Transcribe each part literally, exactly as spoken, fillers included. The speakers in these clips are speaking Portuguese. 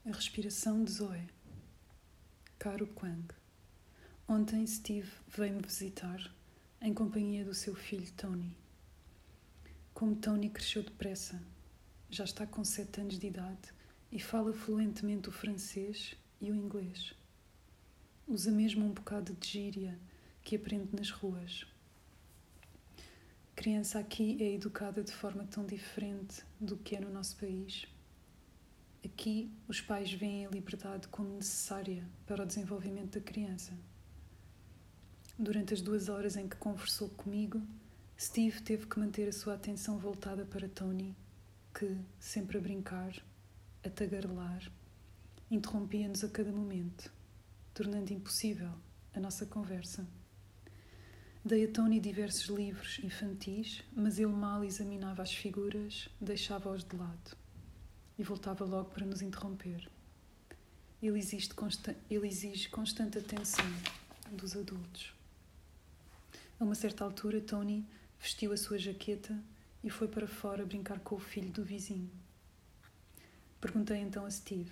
A respiração de Zoé. Caro Quang. Ontem Steve veio-me visitar em companhia do seu filho Tony. Como Tony cresceu depressa, já está com sete anos de idade e fala fluentemente o francês e o inglês. Usa mesmo um bocado de gíria que aprende nas ruas. A criança aqui é educada de forma tão diferente do que é no nosso país. Aqui, os pais veem a liberdade como necessária para o desenvolvimento da criança. Durante as duas horas em que conversou comigo, Steve teve que manter a sua atenção voltada para Tony, que, sempre a brincar, a tagarelar, interrompia-nos a cada momento, tornando impossível a nossa conversa. Dei a Tony diversos livros infantis, mas ele mal examinava as figuras, deixava-os de lado e voltava logo para nos interromper. Ele exige, consta- ele exige constante atenção dos adultos. A uma certa altura, Tony vestiu a sua jaqueta e foi para fora brincar com o filho do vizinho. Perguntei então a Steve: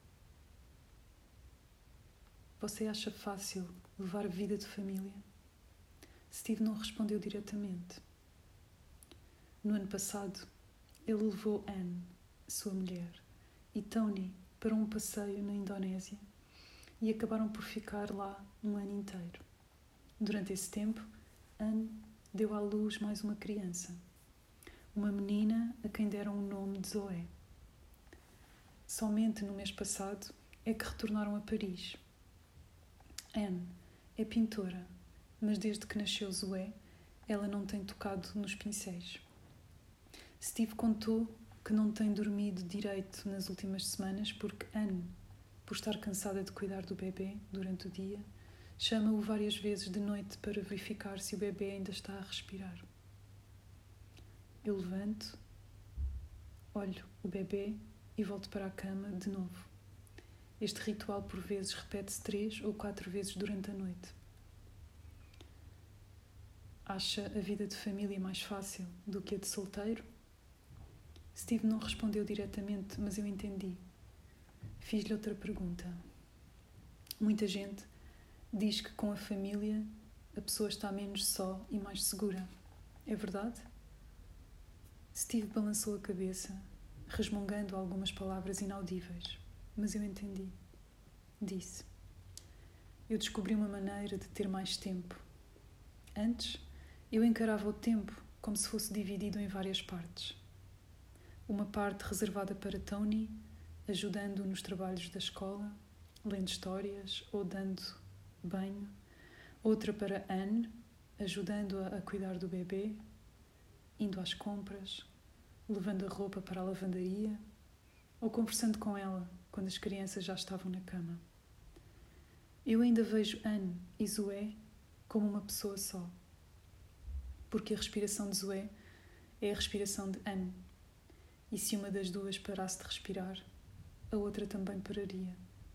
"Você acha fácil levar vida de família?" Steve não respondeu diretamente. No ano passado, ele levou Anne, sua mulher, e Tony para um passeio na Indonésia e acabaram por ficar lá um ano inteiro. Durante esse tempo, Anne deu à luz mais uma criança, uma menina a quem deram o nome de Zoé. Somente no mês passado é que retornaram a Paris. Anne é pintora, mas desde que nasceu Zoé, ela não tem tocado nos pincéis. Steve contou que não tem dormido direito nas últimas semanas porque Anne, por estar cansada de cuidar do bebê durante o dia, chama-o várias vezes de noite para verificar se o bebê ainda está a respirar. Eu levanto, olho o bebê e volto para a cama de novo. Este ritual por vezes repete-se três ou quatro vezes durante a noite. Acha a vida de família mais fácil do que a de solteiro? Steve não respondeu diretamente, mas eu entendi. Fiz-lhe outra pergunta. Muita gente diz que com a família a pessoa está menos só e mais segura. É verdade? Steve balançou a cabeça, resmungando algumas palavras inaudíveis, mas eu entendi. Disse: "Eu descobri uma maneira de ter mais tempo. Antes, eu encarava o tempo como se fosse dividido em várias partes. Uma parte reservada para Tony, ajudando-o nos trabalhos da escola, lendo histórias ou dando banho. Outra para Anne, ajudando-a a cuidar do bebê, indo às compras, levando a roupa para a lavandaria ou conversando com ela quando as crianças já estavam na cama. Eu ainda vejo Anne e Zoé como uma pessoa só, porque a respiração de Zoé é a respiração de Anne. E se uma das duas parasse de respirar, a outra também pararia.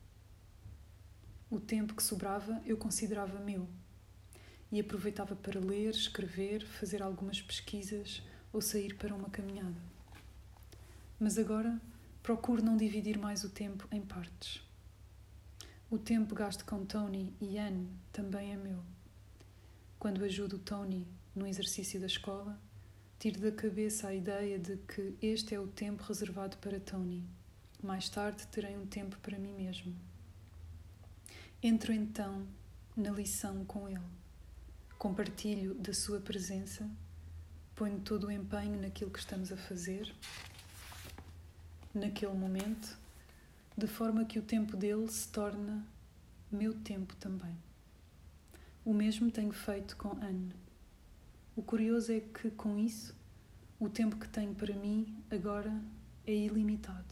O tempo que sobrava eu considerava meu e aproveitava para ler, escrever, fazer algumas pesquisas ou sair para uma caminhada. Mas agora procuro não dividir mais o tempo em partes. O tempo gasto com Tony e Anne também é meu. Quando ajudo o Tony no exercício da escola, tiro da cabeça a ideia de que este é o tempo reservado para Tony. Mais tarde terei um tempo para mim mesmo. Entro então na lição com ele. Compartilho da sua presença, ponho todo o empenho naquilo que estamos a fazer, naquele momento, de forma que o tempo dele se torna meu tempo também. O mesmo tenho feito com Anne. O curioso é que, com isso, o tempo que tenho para mim agora é ilimitado.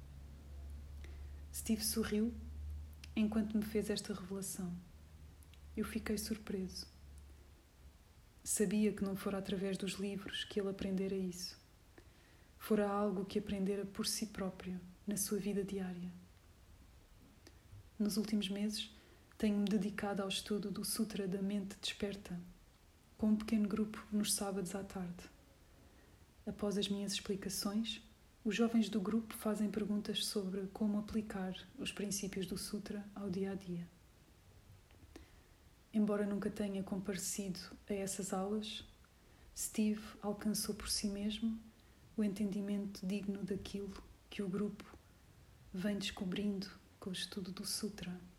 Steve sorriu enquanto me fez esta revelação. Eu fiquei surpreso. Sabia que não fora através dos livros que ele aprendera isso. Fora algo que aprendera por si próprio, na sua vida diária. Nos últimos meses, tenho-me dedicado ao estudo do Sutra da Mente Desperta, com um pequeno grupo nos sábados à tarde. Após as minhas explicações, Os jovens do grupo fazem perguntas sobre como aplicar os princípios do Sutra ao dia a dia. Embora nunca tenha comparecido a essas aulas, Steve alcançou por si mesmo o entendimento digno daquilo que o grupo vem descobrindo com o estudo do Sutra.